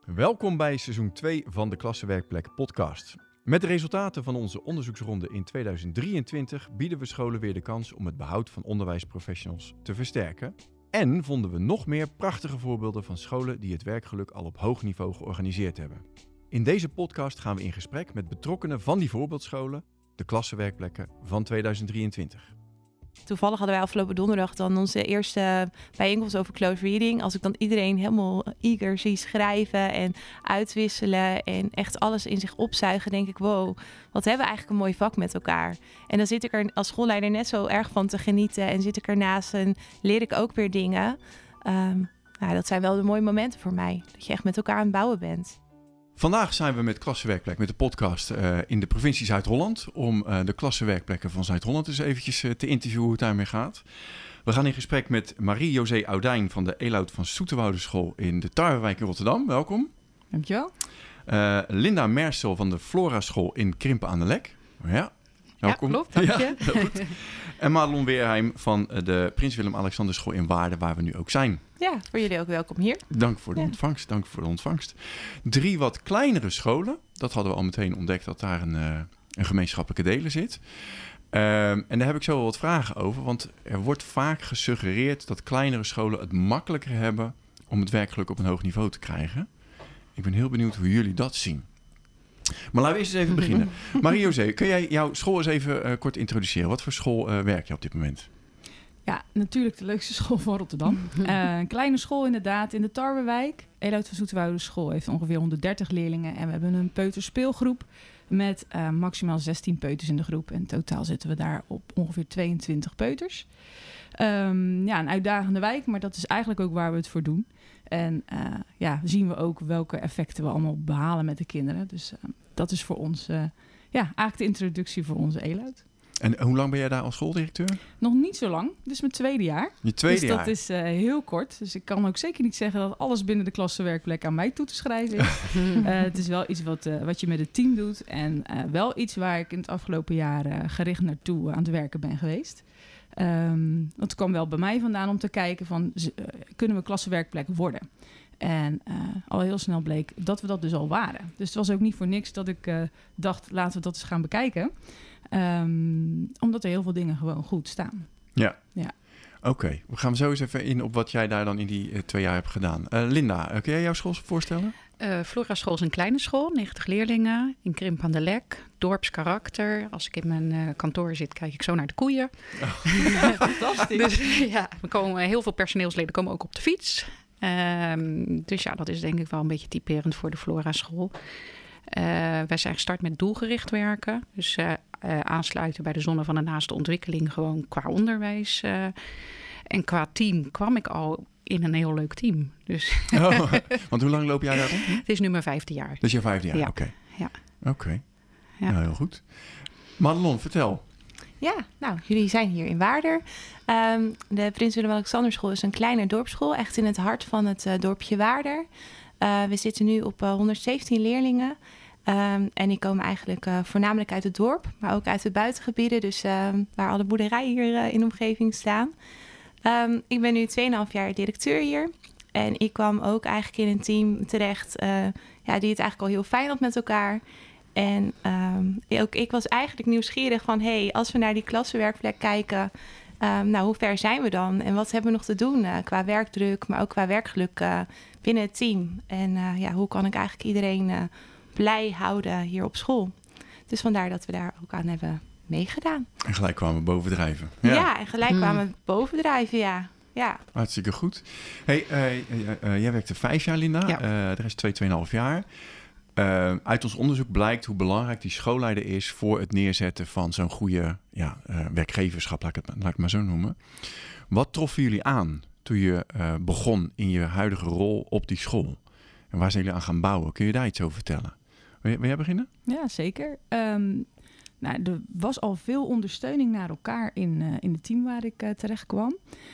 Welkom bij seizoen 2 van de Klassenwerkplek podcast. Met de resultaten van onze onderzoeksronde in 2023 bieden we scholen weer de kans om het behoud van onderwijsprofessionals te versterken. En vonden we nog meer prachtige voorbeelden van scholen die het werkgeluk al op hoog niveau georganiseerd hebben. In deze podcast gaan we in gesprek met betrokkenen van die voorbeeldscholen, de klassenwerkplekken van 2023. Toevallig hadden wij afgelopen donderdag dan onze eerste bijeenkomst over close reading. Als ik dan iedereen helemaal eager zie schrijven en uitwisselen en echt alles in zich opzuigen, denk ik, wow, wat hebben we eigenlijk een mooi vak met elkaar. En dan zit ik er als schoolleider net zo erg van te genieten en zit ik ernaast en leer ik ook weer dingen. Dat zijn wel de mooie momenten voor mij, dat je echt met elkaar aan het bouwen bent. Vandaag zijn we met Klassenwerkplek met de podcast in de provincie Zuid-Holland om de klassenwerkplekken van Zuid-Holland eens eventjes te interviewen hoe het daarmee gaat. We gaan in gesprek met Marie-José Oudijn van de Elout van Soeterwoude-school in de Tarwewijk in Rotterdam. Welkom. Dankjewel. Linda Mersel van de Flora-school in Krimpen aan de Lek. Ja, welkom. Ja, klopt. Dank je. Ja, goed. En Madelon Weerheim van de Prins Willem-Alexander school in Waarden, waar we nu ook zijn. Ja, voor jullie ook welkom hier. Dank voor de ontvangst. 3 wat kleinere scholen. Dat hadden we al meteen ontdekt dat daar een gemeenschappelijke delen zit. En daar heb ik zo wel wat vragen over. Want er wordt vaak gesuggereerd dat kleinere scholen het makkelijker hebben om het werkgeluk op een hoog niveau te krijgen. Ik ben heel benieuwd hoe jullie dat zien. Maar laten we eerst eens even beginnen. Marie-José, kun jij jouw school eens even kort introduceren? Wat voor school werk je op dit moment? Ja, natuurlijk de leukste school van Rotterdam. Een kleine school inderdaad in de Tarwewijk. Elout van Soeterwoude-school heeft ongeveer 130 leerlingen. En we hebben een peuterspeelgroep met maximaal 16 peuters in de groep. En totaal zitten we daar op ongeveer 22 peuters. Een uitdagende wijk, maar dat is eigenlijk ook waar we het voor doen. En zien we ook welke effecten we allemaal behalen met de kinderen. Dus dat is voor ons eigenlijk de introductie voor onze Elout. En hoe lang ben jij daar als schooldirecteur? Nog niet zo lang. Dit is mijn tweede jaar. Je tweede jaar? Dus dat is heel kort. Dus ik kan ook zeker niet zeggen dat alles binnen de klassenwerkplek aan mij toe te schrijven is. Het is wel iets wat je met het team doet. En wel iets waar ik in het afgelopen jaar gericht naartoe aan het werken ben geweest. Want het kwam wel bij mij vandaan om te kijken van, kunnen we klassenwerkplek worden? En al heel snel bleek dat we dat dus al waren. Dus het was ook niet voor niks dat ik dacht, laten we dat eens gaan bekijken. Omdat er heel veel dingen gewoon goed staan. Ja. Ja. Oké, we gaan zo eens even in op wat jij daar dan in die 2 jaar hebt gedaan. Linda, kun jij jouw school voorstellen? Flora School is een kleine school, 90 leerlingen, in Krimpen aan de Lek, dorpskarakter. Als ik in mijn kantoor zit, kijk ik zo naar de koeien. Oh. Fantastisch. Dus we komen heel veel personeelsleden komen ook op de fiets. Dus dat is denk ik wel een beetje typerend voor de Flora School. Wij zijn gestart met doelgericht werken. Dus aansluiten bij de Zonne van de Naaste Ontwikkeling gewoon qua onderwijs. En qua team kwam ik al in een heel leuk team. Dus want hoe lang loop jij daar rond? Het is nu mijn 5e jaar. Dus je 5e jaar, ja. Oké. Ja. Oké. Ja. Nou, heel goed. Madelon, vertel. Ja, jullie zijn hier in Waarder. De Prins Willem-Alexander school is een kleine dorpsschool, echt in het hart van het dorpje Waarder. We zitten nu op 117 leerlingen. En die komen eigenlijk voornamelijk uit het dorp, maar ook uit de buitengebieden. Dus waar alle boerderijen hier in de omgeving staan. Ik ben nu 2,5 jaar directeur hier. En ik kwam ook eigenlijk in een team terecht die het eigenlijk al heel fijn had met elkaar. En ook ik was eigenlijk nieuwsgierig van, als we naar die klassenwerkplek kijken, hoe ver zijn we dan? En wat hebben we nog te doen qua werkdruk, maar ook qua werkgeluk binnen het team? En hoe kan ik eigenlijk iedereen blij houden hier op school? Dus vandaar dat we daar ook aan hebben meegedaan. En gelijk kwamen bovendrijven. Ja, en gelijk kwamen we bovendrijven, ja. Hartstikke goed. Jij werkte 5 jaar, Linda. Ja. De rest 2,5 jaar. Uit ons onderzoek blijkt hoe belangrijk die schoolleider is voor het neerzetten van zo'n goede werkgeverschap, laat ik het maar zo noemen. Wat troffen jullie aan toen je begon in je huidige rol op die school? En waar zijn jullie aan gaan bouwen? Kun je daar iets over vertellen? Wil jij beginnen? Ja, zeker. Er was al veel ondersteuning naar elkaar in het team waar ik terecht kwam.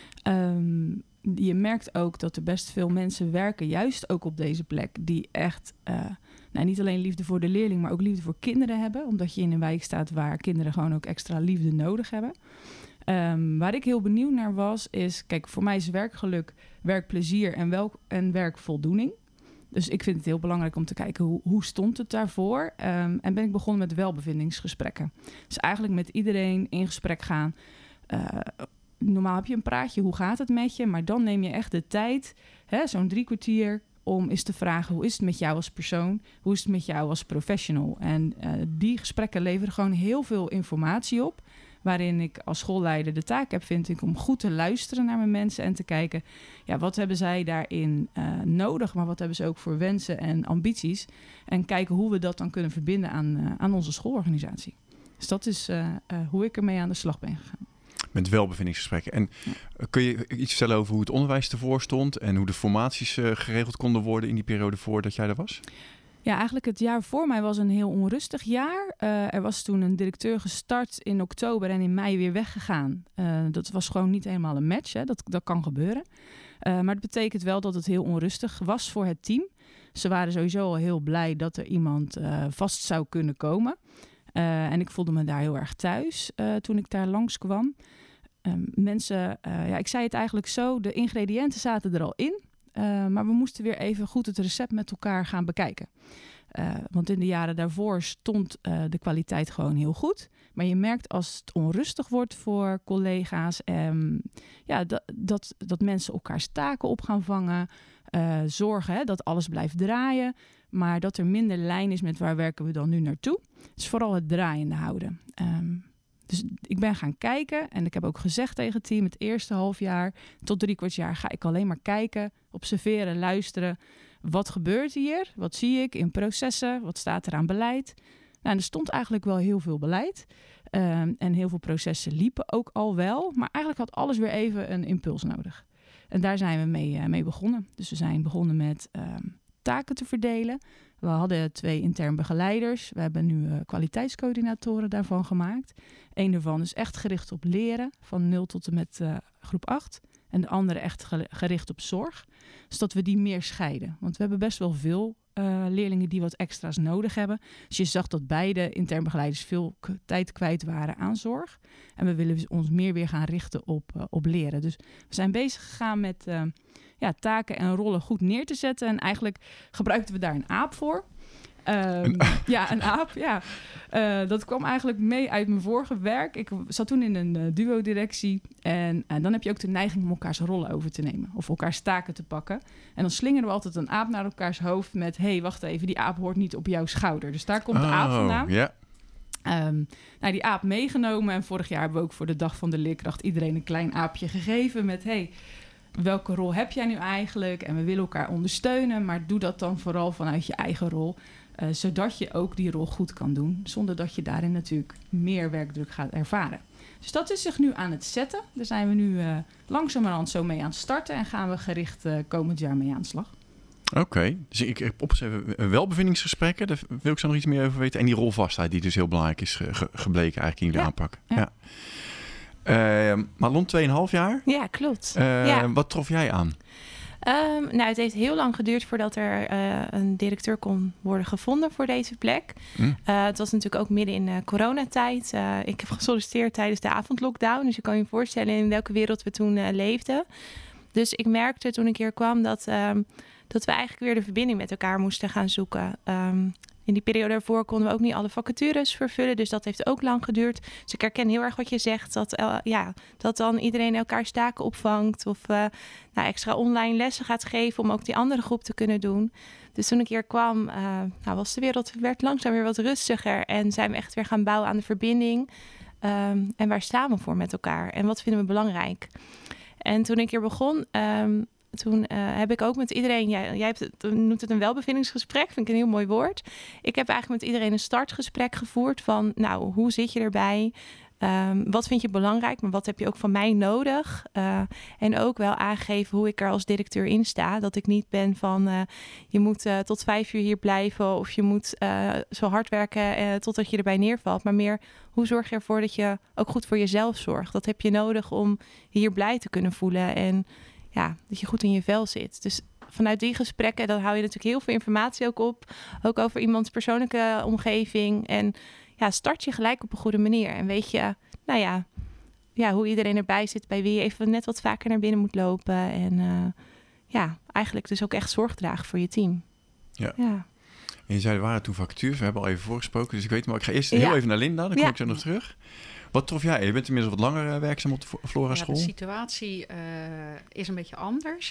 Je merkt ook dat er best veel mensen werken, juist ook op deze plek, die echt niet alleen liefde voor de leerling, maar ook liefde voor kinderen hebben. Omdat je in een wijk staat waar kinderen gewoon ook extra liefde nodig hebben. Waar ik heel benieuwd naar was, is, kijk, voor mij is werkgeluk, werkplezier en werkvoldoening. Dus ik vind het heel belangrijk om te kijken hoe stond het daarvoor. En ben ik begonnen met welbevindingsgesprekken. Dus eigenlijk met iedereen in gesprek gaan. Normaal heb je een praatje, hoe gaat het met je? Maar dan neem je echt de tijd, zo'n 3 kwartier... om eens te vragen, hoe is het met jou als persoon? Hoe is het met jou als professional? En die gesprekken leveren gewoon heel veel informatie op... waarin ik als schoolleider de taak heb, vind ik... om goed te luisteren naar mijn mensen en te kijken... ja, wat hebben zij daarin nodig... maar wat hebben ze ook voor wensen en ambities... en kijken hoe we dat dan kunnen verbinden aan onze schoolorganisatie. Dus dat is hoe ik ermee aan de slag ben gegaan. Met welbevindingsgesprekken. En kun je iets vertellen over hoe het onderwijs ervoor stond... en hoe de formaties geregeld konden worden in die periode voordat jij er was? Ja, eigenlijk het jaar voor mij was een heel onrustig jaar. Er was toen een directeur gestart in oktober en in mei weer weggegaan. Dat was gewoon niet helemaal een match. Hè? Dat kan gebeuren. Maar het betekent wel dat het heel onrustig was voor het team. Ze waren sowieso al heel blij dat er iemand vast zou kunnen komen. En ik voelde me daar heel erg thuis toen ik daar langskwam. Mensen, ik zei het eigenlijk zo, de ingrediënten zaten er al in. Maar we moesten weer even goed het recept met elkaar gaan bekijken. Want in de jaren daarvoor stond de kwaliteit gewoon heel goed. Maar je merkt als het onrustig wordt voor collega's... dat mensen elkaars taken op gaan vangen. Zorgen dat alles blijft draaien. Maar dat er minder lijn is met waar werken we dan nu naartoe. Dus vooral het draaiende houden. Dus ik ben gaan kijken en ik heb ook gezegd tegen het team... het eerste halfjaar tot 3/4 jaar ga ik alleen maar kijken, observeren, luisteren. Wat gebeurt hier? Wat zie ik in processen? Wat staat er aan beleid? Nou, er stond eigenlijk wel heel veel beleid. En heel veel processen liepen ook al wel. Maar eigenlijk had alles weer even een impuls nodig. En daar zijn we mee begonnen. Dus we zijn begonnen met taken te verdelen. We hadden 2 intern begeleiders. We hebben nu kwaliteitscoördinatoren daarvan gemaakt. Eén daarvan is echt gericht op leren, van 0 tot en met groep 8. En de andere echt gericht op zorg. Zodat we die meer scheiden. Want we hebben best wel veel leerlingen die wat extra's nodig hebben. Dus je zag dat beide intern begeleiders veel tijd kwijt waren aan zorg. En we willen ons meer weer gaan richten op leren. Dus we zijn bezig gegaan met taken en rollen goed neer te zetten. En eigenlijk gebruikten we daar een aap voor. Een aap, ja. Dat kwam eigenlijk mee uit mijn vorige werk. Ik zat toen in een duo-directie. En dan heb je ook de neiging om elkaars rollen over te nemen. Of elkaars taken te pakken. En dan slingeren we altijd een aap naar elkaars hoofd met... hey, wacht even, die aap hoort niet op jouw schouder. Dus daar komt de aap vandaan. Yeah. Die aap meegenomen. En vorig jaar hebben we ook voor de Dag van de Leerkracht... iedereen een klein aapje gegeven met... hey, welke rol heb jij nu eigenlijk? En we willen elkaar ondersteunen. Maar doe dat dan vooral vanuit je eigen rol... zodat je ook die rol goed kan doen... zonder dat je daarin natuurlijk meer werkdruk gaat ervaren. Dus dat is zich nu aan het zetten. Daar zijn we nu langzamerhand zo mee aan het starten... en gaan we gericht komend jaar mee aan de slag. Oké, dus ik heb opgeschreven welbevindingsgesprekken. Daar wil ik zo nog iets meer over weten. En die rolvastheid die dus heel belangrijk is gebleken eigenlijk in jullie aanpak. Ja. Marlon, 2,5 jaar? Ja, klopt. Wat trof jij aan? Het heeft heel lang geduurd voordat er een directeur kon worden gevonden voor deze plek. Het was natuurlijk ook midden in coronatijd. Ik heb gesolliciteerd tijdens de avondlockdown. Dus je kan je voorstellen in welke wereld we toen leefden. Dus ik merkte toen ik hier kwam dat we eigenlijk weer de verbinding met elkaar moesten gaan zoeken. In die periode daarvoor konden we ook niet alle vacatures vervullen. Dus dat heeft ook lang geduurd. Dus ik herken heel erg wat je zegt. Dat dan iedereen elkaars taken opvangt. Of extra online lessen gaat geven om ook die andere groep te kunnen doen. Dus toen ik hier kwam, was de wereld werd langzaam weer wat rustiger. En zijn we echt weer gaan bouwen aan de verbinding. En waar staan we voor met elkaar? En wat vinden we belangrijk? En toen ik hier begon... Toen heb ik ook met iedereen... Jij noemt het een welbevindingsgesprek. Vind ik een heel mooi woord. Ik heb eigenlijk met iedereen een startgesprek gevoerd van... hoe zit je erbij? Wat vind je belangrijk? Maar wat heb je ook van mij nodig? En ook wel aangeven hoe ik er als directeur in sta. Dat ik niet ben van... je moet tot 5 uur hier blijven... of je moet zo hard werken totdat je erbij neervalt. Maar meer, hoe zorg je ervoor dat je ook goed voor jezelf zorgt? Dat heb je nodig om hier blij te kunnen voelen... en dat je goed in je vel zit. Dus vanuit die gesprekken, dan hou je natuurlijk heel veel informatie ook op. Ook over iemands persoonlijke omgeving. En start je gelijk op een goede manier. En weet je, hoe iedereen erbij zit... bij wie je even net wat vaker naar binnen moet lopen. En eigenlijk dus ook echt zorg dragen voor je team. Ja. Ja. En je zei, er waren toen vacatures. We hebben al even voorgesproken. Dus ik weet maar, ik ga eerst heel even naar Linda. Dan kom ik zo nog terug. Wat trof jij? Je bent inmiddels wat langer werkzaam op de Flora School. De situatie is een beetje anders.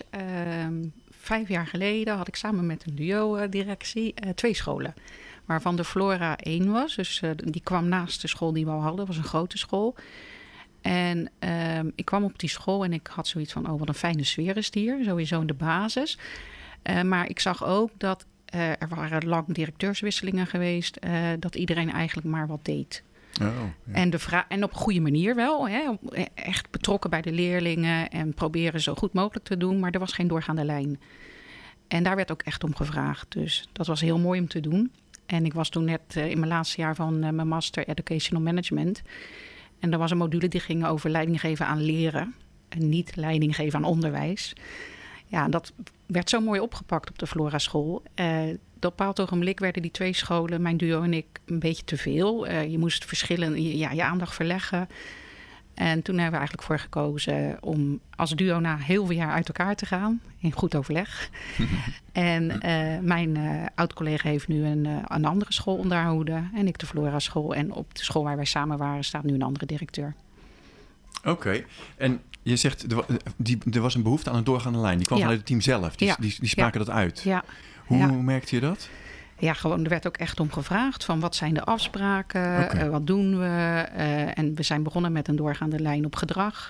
5 jaar geleden had ik samen met een duo-directie 2 scholen. Waarvan de Flora 1 was. Dus die kwam naast de school die we al hadden. Dat was een grote school. En ik kwam op die school en ik had zoiets van... oh, wat een fijne sfeer is hier. Sowieso in de basis. Maar ik zag ook dat er waren lang directeurswisselingen geweest. Dat iedereen eigenlijk maar wat deed. Oh, ja. En op een goede manier wel. Hè? Echt betrokken bij de leerlingen en proberen zo goed mogelijk te doen. Maar er was geen doorgaande lijn. En daar werd ook echt om gevraagd. Dus dat was heel mooi om te doen. En ik was toen net in mijn laatste jaar van mijn Master Educational Management. En er was een module die ging over leiding geven aan leren. En niet leiding geven aan onderwijs. Ja, dat werd zo mooi opgepakt op de Flora School. Op een bepaald ogenblik werden die 2 scholen, mijn duo en ik, een beetje te veel. Je moest je aandacht verleggen. En toen hebben we eigenlijk voor gekozen om als duo na heel veel jaar uit elkaar te gaan. In goed overleg. En mijn oud-collega heeft nu een andere school onderhouden. En ik de Flora School. En op de school waar wij samen waren staat nu een andere directeur. Oké. En je zegt, er was een behoefte aan een doorgaande lijn. Die kwam vanuit het team zelf. Die spraken dat uit. Ja. Hoe merkte je dat? Ja, gewoon, er werd ook echt om gevraagd van wat zijn de afspraken, wat doen we. En we zijn begonnen met een doorgaande lijn op gedrag.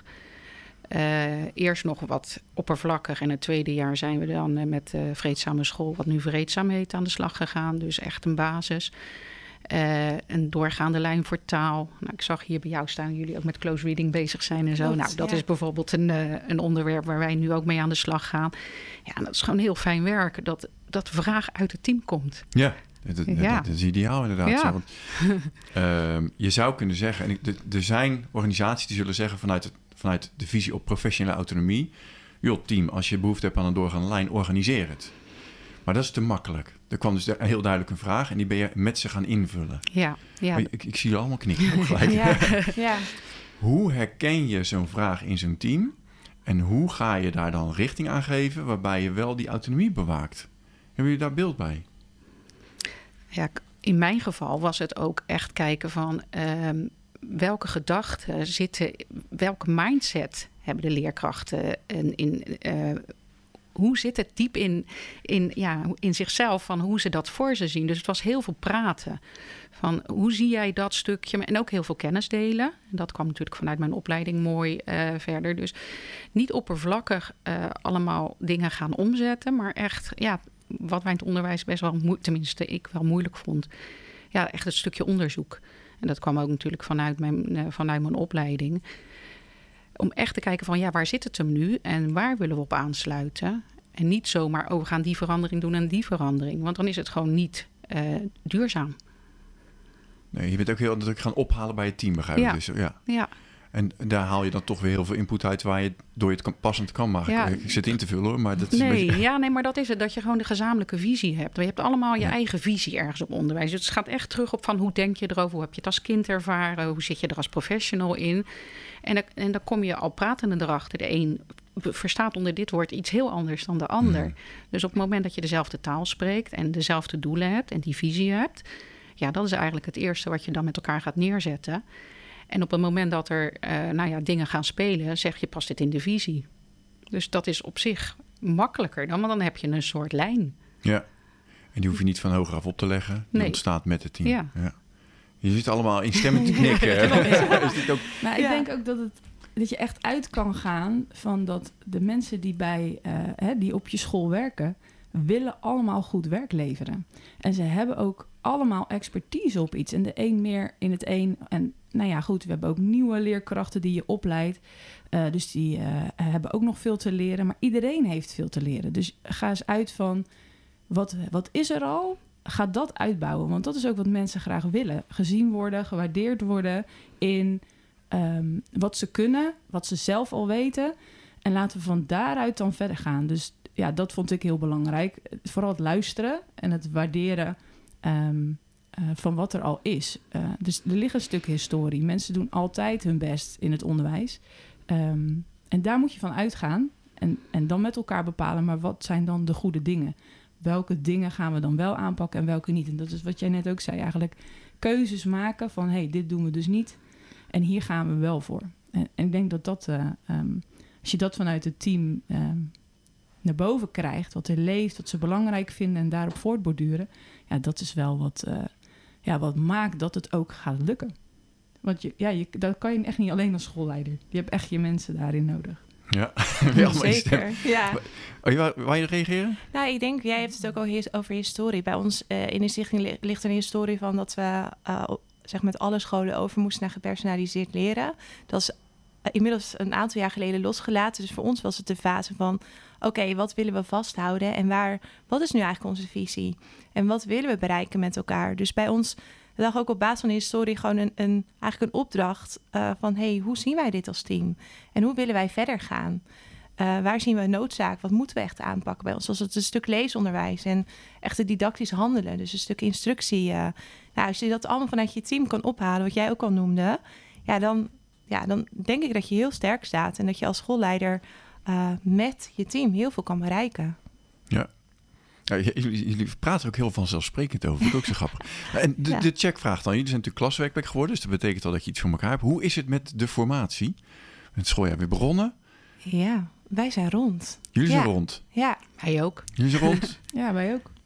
Eerst nog wat oppervlakkig. En het tweede jaar zijn we dan met Vreedzame School, wat nu Vreedzaam heet, aan de slag gegaan. Dus echt een basis. Een doorgaande lijn voor taal. Nou, ik zag hier bij jou staan, jullie ook met close reading bezig zijn en zo. Klopt, nou, dat is bijvoorbeeld een onderwerp waar wij nu ook mee aan de slag gaan. Ja, dat is gewoon heel fijn werken, dat de vraag uit het team komt. Ja, dat is ideaal inderdaad. Ja. Zo, want, je zou kunnen zeggen, en er zijn organisaties die zullen zeggen vanuit de visie op professionele autonomie, joh, team, als je behoefte hebt aan een doorgaande lijn, organiseer het. Maar dat is te makkelijk. Er kwam dus heel duidelijk een vraag en die ben je met ze gaan invullen. Ja. Ik zie jullie allemaal knikken ook gelijk. Ja. Hoe herken je zo'n vraag in zo'n team? En hoe ga je daar dan richting aan geven waarbij je wel die autonomie bewaakt? Hebben jullie daar beeld bij? Ja, in mijn geval was het ook echt kijken van welke gedachten zitten, welke mindset hebben de leerkrachten hoe zit het diep in zichzelf van hoe ze dat voor ze zien. Dus het was heel veel praten. Van hoe zie jij dat stukje? En ook heel veel kennis delen. En dat kwam natuurlijk vanuit mijn opleiding mooi verder. Dus niet oppervlakkig allemaal dingen gaan omzetten. Maar echt, wat wij in het onderwijs best wel, tenminste ik wel moeilijk vond. Ja, echt het stukje onderzoek. En dat kwam ook natuurlijk vanuit mijn opleiding. Om echt te kijken van, waar zit het hem nu? En waar willen we op aansluiten? En niet zomaar, we gaan die verandering doen en die verandering. Want dan is het gewoon niet duurzaam. Nee, je bent ook heel druk gaan ophalen bij het team, begrijp ik. Ja. Dus, Ja. En daar haal je dan toch weer heel veel input uit waar je door je het passend kan maken. Ja. Ik zit in te vullen hoor, maar dat is Nee, maar dat is het. Dat je gewoon de gezamenlijke visie hebt. Je hebt allemaal je eigen visie ergens op onderwijs. Dus het gaat echt terug op van hoe denk je erover? Hoe heb je het als kind ervaren? Hoe zit je er als professional in? En dan kom je al pratende erachter. De een verstaat onder dit woord iets heel anders dan de ander. Dus op het moment dat je dezelfde taal spreekt en dezelfde doelen hebt en die visie hebt, dat is eigenlijk het eerste wat je dan met elkaar gaat neerzetten. En op het moment dat er dingen gaan spelen, zeg je, past dit in de visie? Dus dat is op zich makkelijker dan, want dan heb je een soort lijn. Ja, en die hoef je niet van hoger af op te leggen. Die ontstaat met het team. Ja. Je zit allemaal in stemmen te knikken. Is dit ook... Maar ik denk ook dat je echt uit kan gaan van dat de mensen die die op je school werken, willen allemaal goed werk leveren. En ze hebben ook allemaal expertise op iets. En de een meer in het een. En we hebben ook nieuwe leerkrachten die je opleidt. Dus die hebben ook nog veel te leren. Maar iedereen heeft veel te leren. Dus ga eens uit van, wat is er al? Ga dat uitbouwen. Want dat is ook wat mensen graag willen. Gezien worden, gewaardeerd worden in wat ze kunnen, wat ze zelf al weten. En laten we van daaruit dan verder gaan. Dus dat vond ik heel belangrijk. Vooral het luisteren en het waarderen van wat er al is. Dus er ligt een stuk historie. Mensen doen altijd hun best in het onderwijs. En daar moet je van uitgaan. En dan met elkaar bepalen, maar wat zijn dan de goede dingen? welke dingen gaan we dan wel aanpakken en welke niet. En dat is wat jij net ook zei eigenlijk. Keuzes maken van, dit doen we dus niet. En hier gaan we wel voor. En ik denk dat als je dat vanuit het team naar boven krijgt, wat er leeft, wat ze belangrijk vinden en daarop voortborduren, dat is wel wat maakt dat het ook gaat lukken. Want dat kan je echt niet alleen als schoolleider. Je hebt echt je mensen daarin nodig. Ja, zeker. Ja. Wou je reageren? Nou, ik denk, jij hebt het ook al over historie. Bij ons in de stichting ligt een historie van dat we met alle scholen over moesten naar gepersonaliseerd leren. Dat is inmiddels een aantal jaar geleden losgelaten. Dus voor ons was het de fase van, oké, wat willen we vasthouden? En wat is nu eigenlijk onze visie? En wat willen we bereiken met elkaar? Dus bij ons lag ook op basis van de historie gewoon eigenlijk een opdracht van, hoe zien wij dit als team? En hoe willen wij verder gaan? Waar zien we noodzaak? Wat moeten we echt aanpakken bij ons? Zoals het een stuk leesonderwijs en echt het didactisch handelen. Dus een stuk instructie. Als je dat allemaal vanuit je team kan ophalen, wat jij ook al noemde, dan denk ik dat je heel sterk staat. En dat je als schoolleider met je team heel veel kan bereiken. Ja. Jullie praten ook heel vanzelfsprekend over. Dat is ook zo grappig. En de checkvraag dan. Jullie zijn natuurlijk klaswerkplek geworden. Dus dat betekent al dat je iets voor elkaar hebt. Hoe is het met de formatie? Het schooljaar weer begonnen. Ja, wij zijn rond. Jullie zijn rond? Ja. Wij ook. Jullie zijn rond? Ja, wij ook.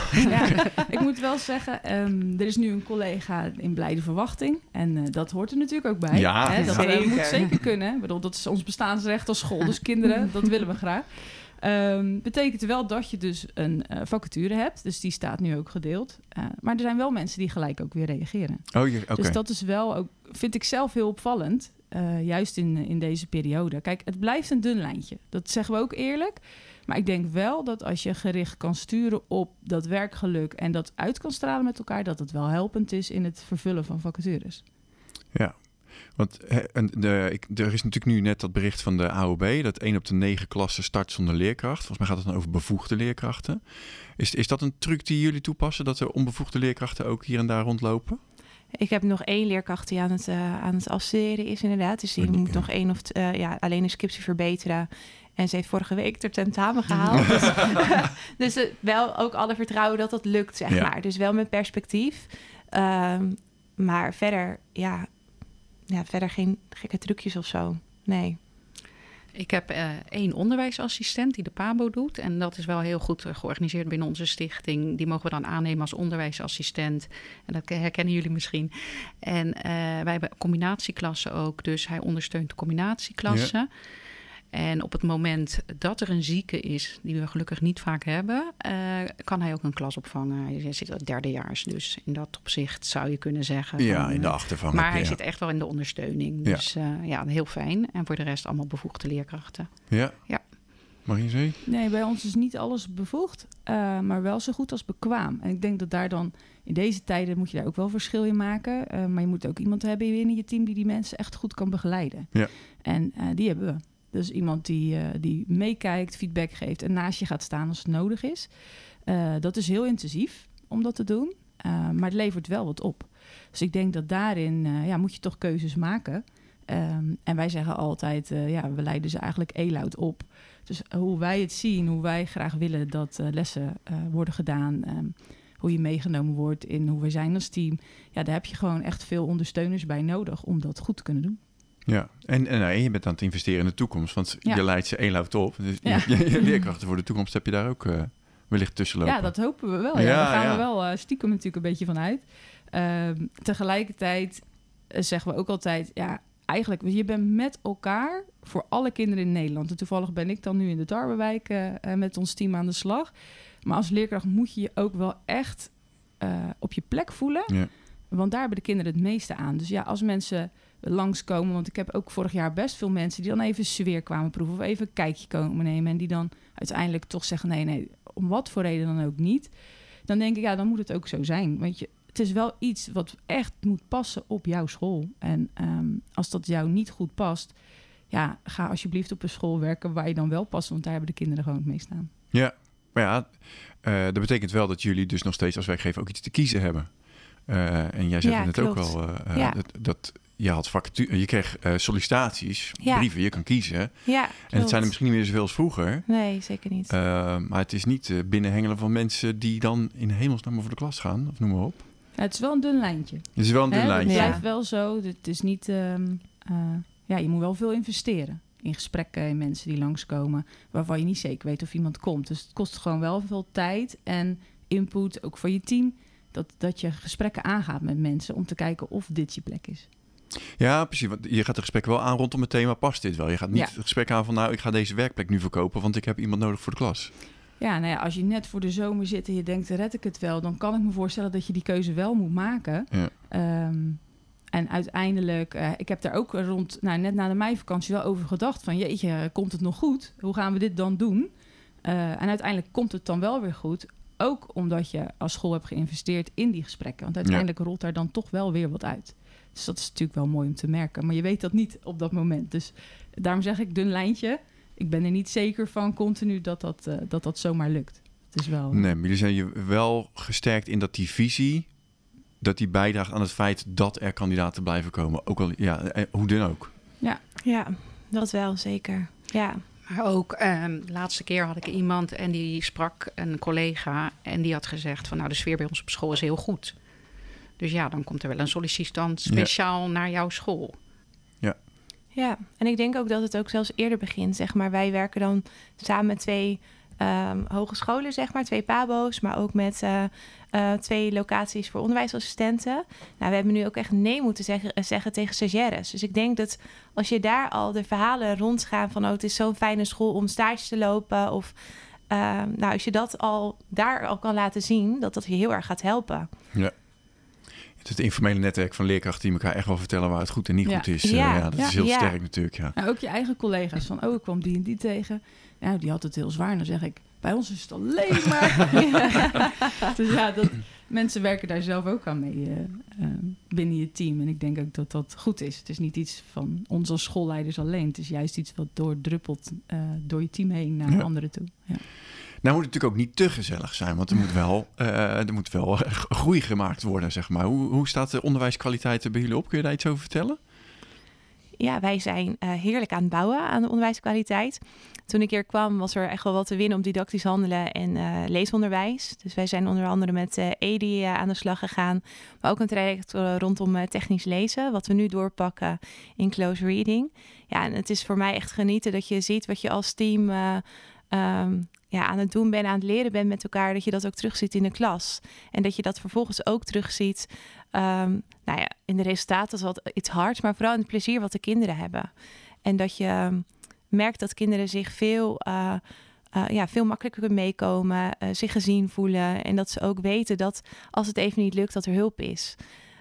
Ik moet wel zeggen, er is nu een collega in blijde verwachting. En dat hoort er natuurlijk ook bij. Ja, dat moet zeker kunnen. Ik bedoel, dat is ons bestaansrecht als school. Dus kinderen, dat willen we graag. Betekent wel dat je dus een vacature hebt. Dus die staat nu ook gedeeld. Maar er zijn wel mensen die gelijk ook weer reageren. Okay. Dus dat is wel ook, vind ik zelf heel opvallend. Juist in deze periode. Kijk, het blijft een dun lijntje. Dat zeggen we ook eerlijk. Maar ik denk wel dat als je gericht kan sturen op dat werkgeluk en dat uit kan stralen met elkaar, dat het wel helpend is in het vervullen van vacatures. Ja, want er is natuurlijk nu net dat bericht van de AOB, dat 1 op de 9 klassen start zonder leerkracht. Volgens mij gaat het dan over bevoegde leerkrachten. Is dat een truc die jullie toepassen, dat er onbevoegde leerkrachten ook hier en daar rondlopen? Ik heb nog 1 leerkracht die aan het afstuderen is inderdaad. Dus die moet nog 1 alleen een scriptie verbeteren. En ze heeft vorige week er tentamen gehaald. Dus wel ook alle vertrouwen dat lukt, zeg maar. Dus wel met perspectief. Maar verder, verder geen gekke trucjes of zo. Nee. Ik heb 1 onderwijsassistent die de PABO doet. En dat is wel heel goed georganiseerd binnen onze stichting. Die mogen we dan aannemen als onderwijsassistent. En dat herkennen jullie misschien. En wij hebben combinatieklassen ook. Dus hij ondersteunt de combinatieklassen. Ja. En op het moment dat er een zieke is, die we gelukkig niet vaak hebben, kan hij ook een klas opvangen. Hij zit al 3-derdejaars, dus in dat opzicht zou je kunnen zeggen. Ja, in de achtervang. Maar hij zit echt wel in de ondersteuning. Dus heel fijn. En voor de rest allemaal bevoegde leerkrachten. Ja. Marie-Zee? Nee, bij ons is niet alles bevoegd, maar wel zo goed als bekwaam. En ik denk dat daar dan, in deze tijden moet je daar ook wel verschil in maken. Maar je moet ook iemand hebben in je team die mensen echt goed kan begeleiden. Ja. En die hebben we. Dus iemand die meekijkt, feedback geeft en naast je gaat staan als het nodig is. Dat is heel intensief om dat te doen, maar het levert wel wat op. Dus ik denk dat daarin moet je toch keuzes maken. En wij zeggen altijd, we leiden ze eigenlijk elout op. Dus hoe wij het zien, hoe wij graag willen dat lessen worden gedaan, hoe je meegenomen wordt in hoe wij zijn als team. Ja, daar heb je gewoon echt veel ondersteuners bij nodig om dat goed te kunnen doen. Ja, en je bent aan het investeren in de toekomst, want je leidt ze elout op. Dus je leerkrachten voor de toekomst heb je daar ook wellicht tussen lopen. Ja, dat hopen we wel. Daar gaan we wel stiekem natuurlijk een beetje van uit. Tegelijkertijd zeggen we ook altijd, eigenlijk, je bent met elkaar voor alle kinderen in Nederland. En toevallig ben ik dan nu in de Tarwewijk met ons team aan de slag. Maar als leerkracht moet je je ook wel echt op je plek voelen. Ja. Want daar hebben de kinderen het meeste aan. Dus als mensen langskomen, want ik heb ook vorig jaar best veel mensen die dan even sfeer kwamen proeven of even een kijkje komen nemen en die dan uiteindelijk toch zeggen nee, om wat voor reden dan ook niet. Dan denk ik, dan moet het ook zo zijn. Want het is wel iets wat echt moet passen op jouw school. En als dat jou niet goed past, ga alsjeblieft op een school werken waar je dan wel past, want daar hebben de kinderen gewoon het meest aan. Ja, maar dat betekent wel dat jullie dus nog steeds als werkgever ook iets te kiezen hebben. En jij zei het net ook al, dat je had je kreeg sollicitaties, Ja. brieven, je kan kiezen. Ja, En het klopt. zijn er misschien niet meer zoveel als vroeger. Nee, zeker niet. Maar het is niet binnenhengelen van mensen die dan in hemelsnaam voor de klas gaan. Of noem maar op. Ja, het is wel een dun lijntje. Het is wel een dun Hè, het lijntje. Ja. blijft wel zo. Het is niet... je moet wel veel investeren in gesprekken en mensen die langskomen, waarvan je niet zeker weet of iemand komt. Dus het kost gewoon wel veel tijd en input, ook voor je team, dat je gesprekken aangaat met mensen om te kijken of dit je plek is. Ja, precies. Want je gaat het gesprek wel aan rondom het thema, past dit wel? Je gaat niet Ja. het gesprek aan van, nou, ik ga deze werkplek nu verkopen, want ik heb iemand nodig voor de klas. Ja, nou ja, als je net voor de zomer zit en je denkt, red ik het wel, dan kan ik me voorstellen dat je die keuze wel moet maken. Ja. En uiteindelijk, ik heb daar ook net na de meivakantie wel over gedacht van, jeetje, komt het nog goed? Hoe gaan we dit dan doen? En uiteindelijk komt het dan wel weer goed. Ook omdat je als school hebt geïnvesteerd in die gesprekken. Want uiteindelijk rolt daar dan toch wel weer wat uit. Dus dat is natuurlijk wel mooi om te merken. Maar je weet dat niet op dat moment. Dus daarom zeg ik dun lijntje. Ik ben er niet zeker van continu dat zomaar lukt. Het is wel... Nee, maar jullie zijn je wel gesterkt in dat die visie, dat die bijdraagt aan het feit dat er kandidaten blijven komen. Ook al, ja, hoe dan ook. Ja, dat wel, zeker. Ja. Maar ook, de laatste keer had ik iemand en die sprak een collega en die had gezegd van, nou, de sfeer bij ons op school is heel goed. Dus ja, dan komt er wel een sollicitant speciaal naar jouw school. Ja, en ik denk ook dat het ook zelfs eerder begint, zeg maar. Wij werken dan samen met 2 hogescholen, zeg maar, 2 pabo's, maar ook met 2 locaties voor onderwijsassistenten. Nou, we hebben nu ook echt nee moeten zeggen tegen stagiaires. Dus ik denk dat als je daar al de verhalen rondgaan van, het is zo'n fijne school om stage te lopen, of als je dat daar al kan laten zien, dat je heel erg gaat helpen. Ja. Het informele netwerk van leerkrachten die elkaar echt wel vertellen waar het goed en niet goed is. Ja. Dat is heel sterk natuurlijk. Ja. Nou, ook je eigen collega's van, ik kwam die en die tegen. Nou, die had het heel zwaar. Dan zeg ik, bij ons is het alleen maar. Dus ja, mensen werken daar zelf ook aan mee binnen je team. En ik denk ook dat dat goed is. Het is niet iets van ons als schoolleiders alleen. Het is juist iets wat doordruppelt door je team heen naar anderen toe. Ja. Nou moet het natuurlijk ook niet te gezellig zijn, want er moet wel groei gemaakt worden, zeg maar. Hoe staat de onderwijskwaliteit bij jullie op? Kun je daar iets over vertellen? Ja, wij zijn heerlijk aan het bouwen aan de onderwijskwaliteit. Toen ik hier kwam was er echt wel wat te winnen op didactisch handelen en leesonderwijs. Dus wij zijn onder andere met EDI aan de slag gegaan. Maar ook een traject rondom technisch lezen, wat we nu doorpakken in close reading. Ja, en het is voor mij echt genieten dat je ziet wat je als team aan het doen bent, aan het leren bent met elkaar. Dat je dat ook terugziet in de klas. En dat je dat vervolgens ook terugziet in de resultaten. Dat is wat iets hards, maar vooral in het plezier wat de kinderen hebben. En dat je merkt dat kinderen zich veel makkelijker kunnen meekomen, zich gezien voelen. En dat ze ook weten dat als het even niet lukt, dat er hulp is.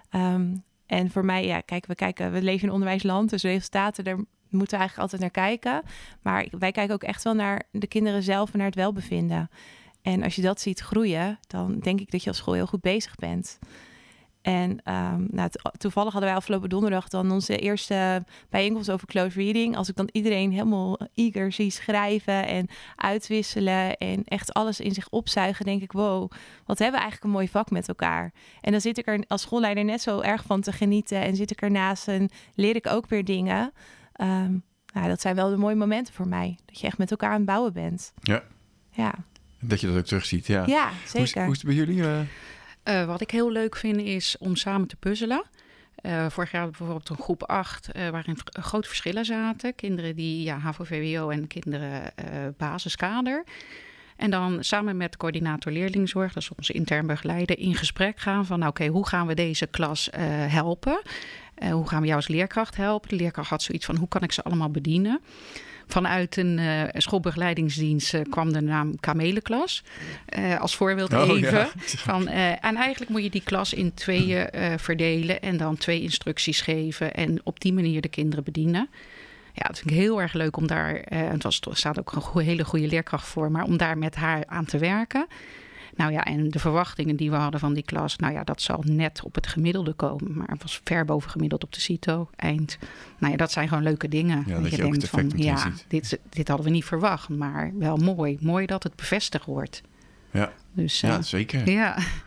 En voor mij, we leven in een onderwijsland, dus resultaten, daar moeten we eigenlijk altijd naar kijken. Maar wij kijken ook echt wel naar de kinderen zelf en naar het welbevinden. En als je dat ziet groeien, dan denk ik dat je als school heel goed bezig bent. En toevallig hadden wij afgelopen donderdag dan onze eerste bijeenkomst over close reading. Als ik dan iedereen helemaal eager zie schrijven en uitwisselen en echt alles in zich opzuigen, denk ik, wow, wat hebben we eigenlijk een mooi vak met elkaar. En dan zit ik er als schoolleider net zo erg van te genieten en zit ik ernaast en leer ik ook weer dingen. Dat zijn wel de mooie momenten voor mij. Dat je echt met elkaar aan het bouwen bent. Ja. Dat je dat ook terugziet, ja. Ja, zeker. Hoe is het bij jullie? Wat ik heel leuk vind is om samen te puzzelen. Vorig jaar bijvoorbeeld een groep 8 waarin grote verschillen zaten. Kinderen die HAVO-VWO en kinderen basiskader. En dan samen met coördinator leerlingzorg, dat is onze intern begeleider, in gesprek gaan van hoe gaan we deze klas helpen? Hoe gaan we jou als leerkracht helpen? De leerkracht had zoiets van, hoe kan ik ze allemaal bedienen? Vanuit een schoolbegeleidingsdienst kwam de naam Kamelenklas. Als voorbeeld even. Ja. En eigenlijk moet je die klas in 2 verdelen en dan 2 instructies geven en op die manier de kinderen bedienen. Ja, dat vind ik heel erg leuk om daar, er staat ook een hele goede leerkracht voor, maar om daar met haar aan te werken. Nou ja, en de verwachtingen die we hadden van die klas, dat zal net op het gemiddelde komen. Maar het was ver boven gemiddeld op de CITO, eind. Dat zijn gewoon leuke dingen. Ja, dat je denkt van, dit hadden we niet verwacht, maar wel mooi. Mooi dat het bevestigd wordt. Ja, dus, zeker. Ja.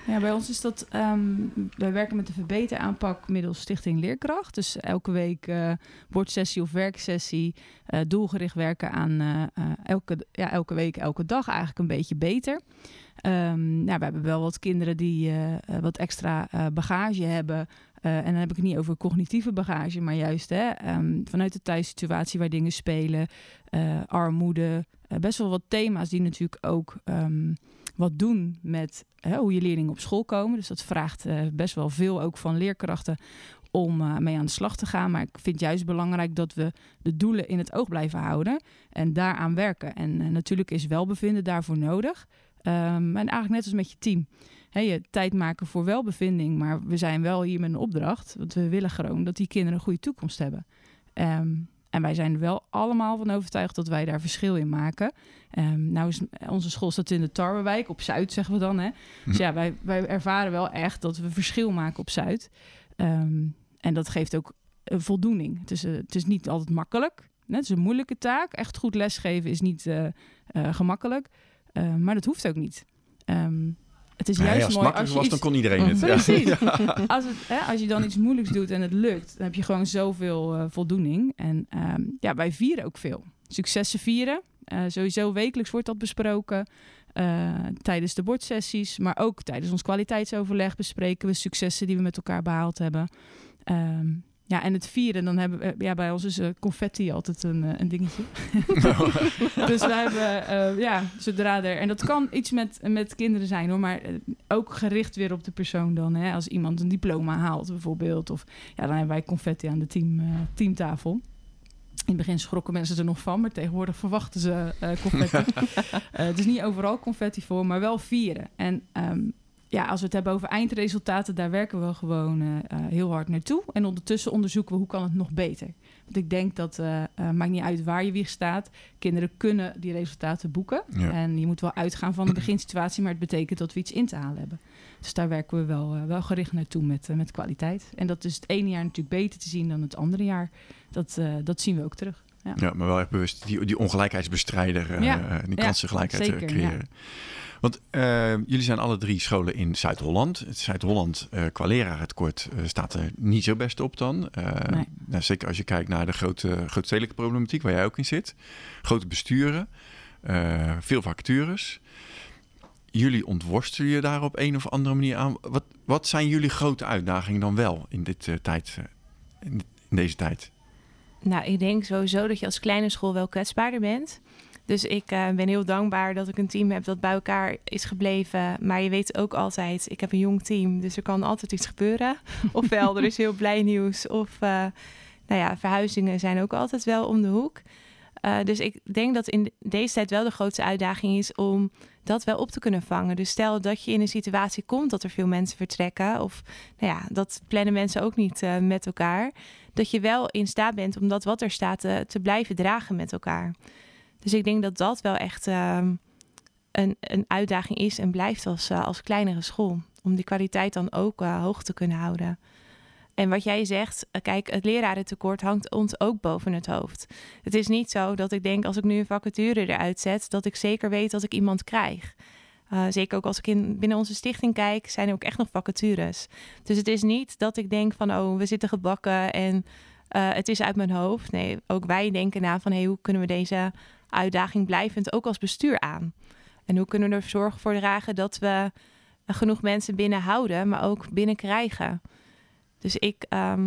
Ja, bij ons is dat... wij werken met de verbeteraanpak middels Stichting Leerkracht. Dus elke week wordsessie of werksessie. Doelgericht werken aan elke week, elke dag eigenlijk een beetje beter. We hebben wel wat kinderen die wat extra bagage hebben. En dan heb ik het niet over cognitieve bagage, maar juist vanuit de thuissituatie waar dingen spelen. Armoede, best wel wat thema's die natuurlijk ook... wat doen met hoe je leerlingen op school komen. Dus dat vraagt best wel veel ook van leerkrachten om mee aan de slag te gaan. Maar ik vind het juist belangrijk dat we de doelen in het oog blijven houden en daaraan werken. En natuurlijk is welbevinden daarvoor nodig. En eigenlijk net als met je team. Je tijd maken voor welbevinding, maar we zijn wel hier met een opdracht. Want we willen gewoon dat die kinderen een goede toekomst hebben. En wij zijn er wel allemaal van overtuigd dat wij daar verschil in maken. Onze school staat in de Tarwewijk, op Zuid zeggen we dan. Hè? Dus ja, wij ervaren wel echt dat we verschil maken op Zuid. En dat geeft ook een voldoening. Het is niet altijd makkelijk. Het is een moeilijke taak. Echt goed lesgeven is niet gemakkelijk. Maar dat hoeft ook niet. Het is juist als mooi het makkelijk was, dan kon iedereen het. Precies. Ja. Als je dan iets moeilijks doet en het lukt, dan heb je gewoon zoveel voldoening. En wij vieren ook veel. Successen vieren. Sowieso wekelijks wordt dat besproken. Tijdens de wordsessies, maar ook tijdens ons kwaliteitsoverleg bespreken we successen die we met elkaar behaald hebben. En het vieren, dan hebben we... bij ons is confetti altijd een dingetje. Dus we hebben, zodra er... En dat kan iets met kinderen zijn, hoor. Maar ook gericht weer op de persoon dan. Hè, als iemand een diploma haalt, bijvoorbeeld. Of dan hebben wij confetti aan de teamtafel. In het begin schrokken mensen er nog van, maar tegenwoordig verwachten ze confetti. Het is niet overal confetti voor, maar wel vieren. En... als we het hebben over eindresultaten, daar werken we gewoon heel hard naartoe. En ondertussen onderzoeken we hoe kan het nog beter. Want ik denk dat, maakt niet uit waar je wieg staat. Kinderen kunnen die resultaten boeken. Ja. En je moet wel uitgaan van de beginsituatie, maar het betekent dat we iets in te halen hebben. Dus daar werken we wel gericht naartoe met kwaliteit. En dat is het ene jaar natuurlijk beter te zien dan het andere jaar. Dat zien we ook terug. Ja, maar wel echt bewust die ongelijkheidsbestrijder, die kansengelijkheid creëren. Ja. Want jullie zijn alle 3 scholen in Zuid-Holland. Zuid-Holland, qua lerarentekort, staat er niet zo best op dan. Nee. Zeker als je kijkt naar de grootstedelijke problematiek, waar jij ook in zit. Grote besturen, veel vacatures. Jullie ontworstelen je daar op een of andere manier aan. Wat zijn jullie grote uitdagingen dan wel in deze tijd? Nou, ik denk sowieso dat je als kleine school wel kwetsbaarder bent. Dus ik ben heel dankbaar dat ik een team heb dat bij elkaar is gebleven. Maar je weet ook altijd, ik heb een jong team, dus er kan altijd iets gebeuren. Ofwel, er is heel blij nieuws. Of verhuizingen zijn ook altijd wel om de hoek. Dus ik denk dat in deze tijd wel de grootste uitdaging is om dat wel op te kunnen vangen. Dus stel dat je in een situatie komt dat er veel mensen vertrekken. Of dat plannen mensen ook niet met elkaar. Dat je wel in staat bent om dat wat er staat te blijven dragen met elkaar. Dus ik denk dat dat wel echt een uitdaging is en blijft als kleinere school. Om die kwaliteit dan ook hoog te kunnen houden. En wat jij zegt, kijk, het lerarentekort hangt ons ook boven het hoofd. Het is niet zo dat ik denk, als ik nu een vacature eruit zet, dat ik zeker weet dat ik iemand krijg. Zeker ook als ik binnen onze stichting kijk, zijn er ook echt nog vacatures. Dus het is niet dat ik denk van, we zitten gebakken en het is uit mijn hoofd. Nee, ook wij denken na van, hoe kunnen we deze uitdaging blijvend ook als bestuur aan? En hoe kunnen we er zorg voor dragen dat we genoeg mensen binnenhouden, maar ook binnenkrijgen? Dus ik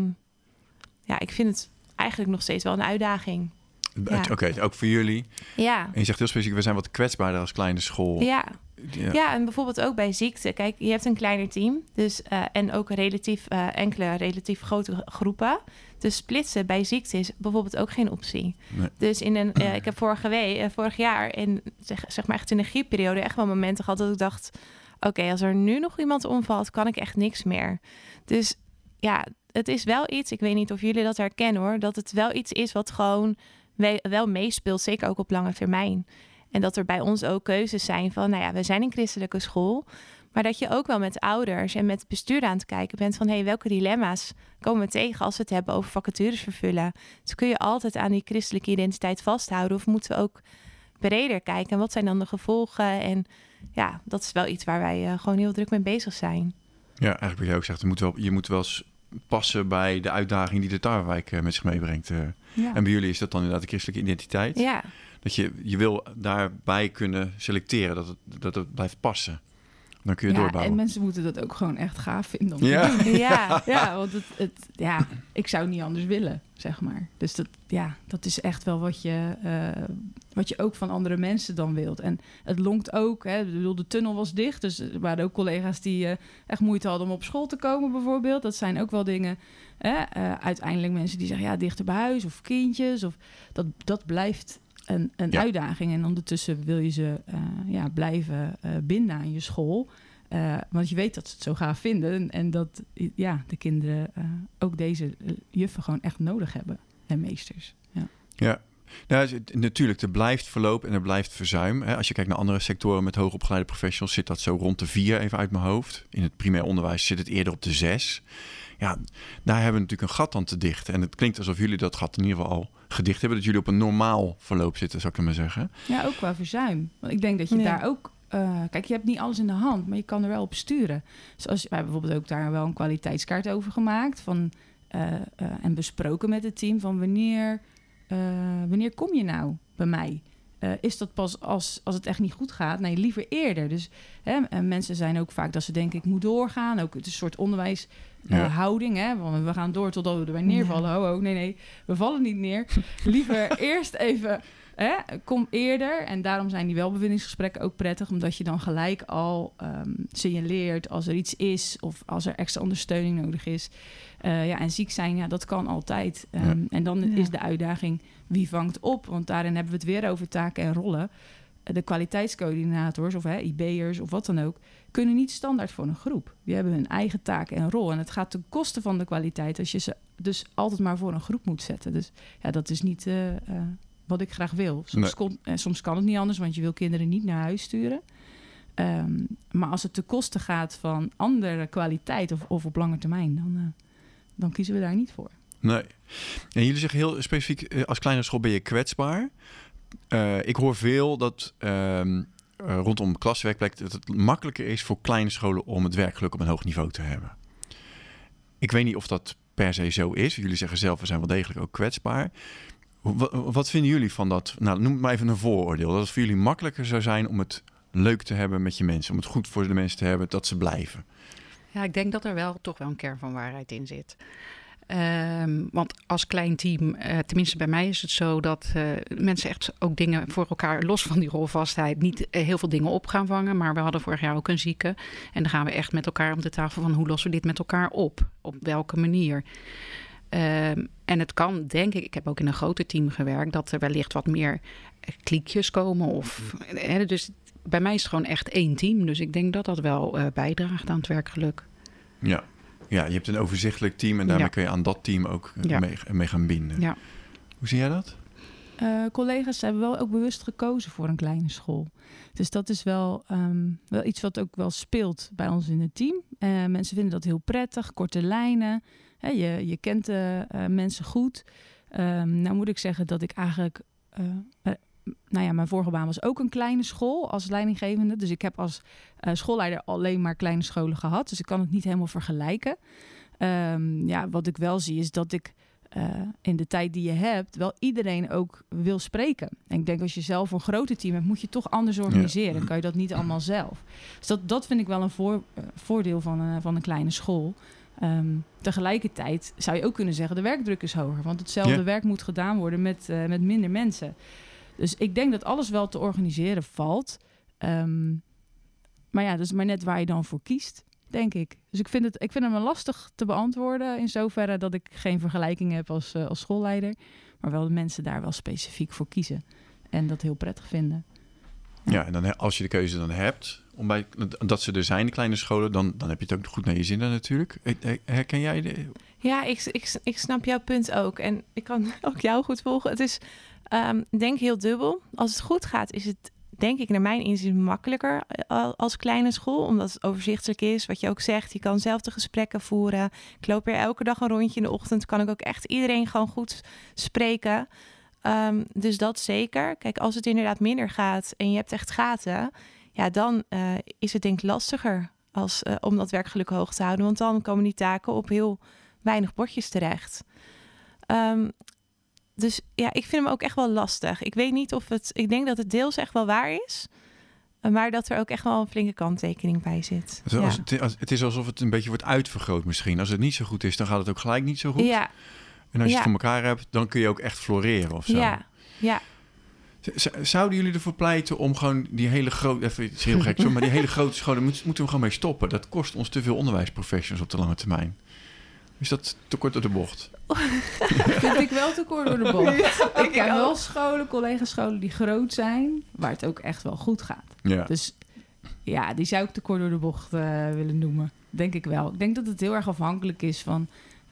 vind het eigenlijk nog steeds wel een uitdaging. Ja. Oké, ook voor jullie. Ja. En je zegt heel specifiek, we zijn wat kwetsbaarder als kleine school. Ja, en bijvoorbeeld ook bij ziekte. Kijk, je hebt een kleiner team. Dus, en ook enkele relatief grote groepen. Dus splitsen bij ziekte is bijvoorbeeld ook geen optie. Nee. Dus ik heb vorig jaar, zeg maar echt in de griepperiode, echt wel momenten gehad dat ik dacht, oké, als er nu nog iemand omvalt, kan ik echt niks meer. Dus ja, het is wel iets, ik weet niet of jullie dat herkennen hoor, dat het wel iets is wat gewoon wel meespeelt, zeker ook op lange termijn. En dat er bij ons ook keuzes zijn van, we zijn een christelijke school, maar dat je ook wel met ouders en met het bestuur aan het kijken bent van, welke dilemma's komen we tegen als we het hebben over vacatures vervullen. Dus kun je altijd aan die christelijke identiteit vasthouden of moeten we ook breder kijken. En wat zijn dan de gevolgen? En ja, dat is wel iets waar wij gewoon heel druk mee bezig zijn. Ja, eigenlijk wat jij ook zegt, je moet wel eens passen bij de uitdaging die de Tarwewijk met zich meebrengt. Ja. En bij jullie is dat dan inderdaad de christelijke identiteit. Ja, Dat je wil daarbij kunnen selecteren, dat het blijft passen. Dan kun je doorbouwen. En mensen moeten dat ook gewoon echt gaaf vinden om te Ja. doen. ja. Ja, want ik zou het niet anders willen, zeg maar. Dus dat is echt wel wat je ook van andere mensen dan wilt. En het lonkt ook, hè, ik bedoel, de tunnel was dicht, dus er waren ook collega's die echt moeite hadden om op school te komen, bijvoorbeeld. Dat zijn ook wel dingen, uiteindelijk mensen die zeggen, ja, dichter bij huis of kindjes, of dat blijft een uitdaging. En ondertussen wil je ze blijven binden aan je school. Want je weet dat ze het zo gaaf vinden. En dat de kinderen ook deze juffen gewoon echt nodig hebben. En meesters. Ja. Nou, natuurlijk, er blijft verloop en er blijft verzuim. Als je kijkt naar andere sectoren met hoogopgeleide professionals, zit dat zo rond de 4, even uit mijn hoofd. In het primair onderwijs zit het eerder op de 6. Ja, daar hebben we natuurlijk een gat aan te dichten. En het klinkt alsof jullie dat gat in ieder geval al gedicht hebben. Dat jullie op een normaal verloop zitten, zou ik maar zeggen. Ja, ook qua verzuim. Want ik denk dat je daar ook... kijk, je hebt niet alles in de hand, maar je kan er wel op sturen. Zoals wij hebben bijvoorbeeld ook daar wel een kwaliteitskaart over gemaakt. En besproken met het team van wanneer kom je nou bij mij? Is dat pas als het echt niet goed gaat? Nee, liever eerder. Dus mensen zijn ook vaak dat ze denken, ik moet doorgaan. Ook het is een soort onderwijshouding. We gaan door totdat we erbij neervallen. Ja. Oh, nee, we vallen niet neer. Liever eerst even... kom eerder. En daarom zijn die welbevindingsgesprekken ook prettig. Omdat je dan gelijk al signaleert als er iets is. Of als er extra ondersteuning nodig is. En ziek zijn, dat kan altijd. En dan is de uitdaging, wie vangt op? Want daarin hebben we het weer over taken en rollen. De kwaliteitscoördinators of IB'ers of wat dan ook... kunnen niet standaard voor een groep. Die hebben hun eigen taken en rol. En het gaat ten koste van de kwaliteit... als je ze dus altijd maar voor een groep moet zetten. Dus dat is niet... wat ik graag wil. Soms kan het niet anders, want je wil kinderen niet naar huis sturen. Maar als het ten koste gaat van andere kwaliteit of op lange termijn, dan kiezen we daar niet voor. Nee. En jullie zeggen heel specifiek, als kleine school ben je kwetsbaar. Ik hoor veel dat rondom klaswerkplek dat het makkelijker is voor kleine scholen om het werkgeluk op een hoog niveau te hebben. Ik weet niet of dat per se zo is. Jullie zeggen zelf, we zijn wel degelijk ook kwetsbaar. Wat vinden jullie van dat? Nou, noem het maar even een vooroordeel. Dat het voor jullie makkelijker zou zijn om het leuk te hebben met je mensen. Om het goed voor de mensen te hebben, dat ze blijven. Ja, ik denk dat er toch wel een kern van waarheid in zit. Want als klein team, tenminste bij mij is het zo... dat mensen echt ook dingen voor elkaar, los van die rolvastheid... niet heel veel dingen op gaan vangen. Maar we hadden vorig jaar ook een zieke. En dan gaan we echt met elkaar om de tafel van... hoe lossen we dit met elkaar op? Op welke manier? En het kan, denk ik heb ook in een groter team gewerkt... dat er wellicht wat meer kliekjes komen. Dus bij mij is het gewoon echt één team. Dus ik denk dat dat wel bijdraagt aan het werkgeluk. Ja, je hebt een overzichtelijk team... en daarmee kun je aan dat team ook mee gaan binden. Ja. Hoe zie jij dat? Collega's hebben wel ook bewust gekozen voor een kleine school. Dus dat is wel iets wat ook wel speelt bij ons in het team. Mensen vinden dat heel prettig, korte lijnen... Je kent mensen goed. Nou moet ik zeggen dat ik eigenlijk... mijn vorige baan was ook een kleine school als leidinggevende. Dus ik heb als schoolleider alleen maar kleine scholen gehad. Dus ik kan het niet helemaal vergelijken. Wat ik wel zie is dat ik in de tijd die je hebt... wel iedereen ook wil spreken. En ik denk als je zelf een groter team hebt... moet je toch anders organiseren. Dan kan je dat niet allemaal zelf. Dus dat vind ik wel een voordeel van een kleine school... Tegelijkertijd zou je ook kunnen zeggen... de werkdruk is hoger. Want hetzelfde werk moet gedaan worden met minder mensen. Dus ik denk dat alles wel te organiseren valt. Maar dat is maar net waar je dan voor kiest, denk ik. Dus ik vind hem lastig te beantwoorden... in zoverre dat ik geen vergelijking heb als schoolleider. Maar wel de mensen daar wel specifiek voor kiezen. En dat heel prettig vinden. Ja, en dan als je de keuze dan hebt... dat ze er zijn, de kleine scholen... dan heb je het ook goed naar je zin natuurlijk. Herken jij de... Ja, ik snap jouw punt ook. En ik kan ook jou goed volgen. Het is, denk heel dubbel. Als het goed gaat, is het, denk ik, naar mijn inzien makkelijker als kleine school. Omdat het overzichtelijk is. Wat je ook zegt, je kan zelf de gesprekken voeren. Ik loop weer elke dag een rondje in de ochtend. Kan ik ook echt iedereen gewoon goed spreken. Dus dat zeker. Kijk, als het inderdaad minder gaat en je hebt echt gaten, ja, dan is het denk ik lastiger om dat werkgeluk hoog te houden. Want dan komen die taken op heel weinig bordjes terecht. Dus ja, ik vind hem ook echt wel lastig. Ik weet niet ik denk dat het deels echt wel waar is, maar dat er ook echt wel een flinke kanttekening bij zit. Het is alsof het een beetje wordt uitvergroot misschien. Als het niet zo goed is, dan gaat het ook gelijk niet zo goed. Ja. En als je het voor elkaar hebt, dan kun je ook echt floreren of zo. Ja. Zouden jullie ervoor pleiten om gewoon die hele grote... Even iets heel gek, maar die hele grote scholen moeten we gewoon mee stoppen. Dat kost ons te veel onderwijsprofessionals op de lange termijn. Is dat te kort door de bocht? Vind ik wel te kort door de bocht. Ik ken wel collega-scholen die groot zijn, waar het ook echt wel goed gaat. Ja. Dus ja, die zou ik te kort door de bocht willen noemen. Denk ik wel. Ik denk dat het heel erg afhankelijk is van...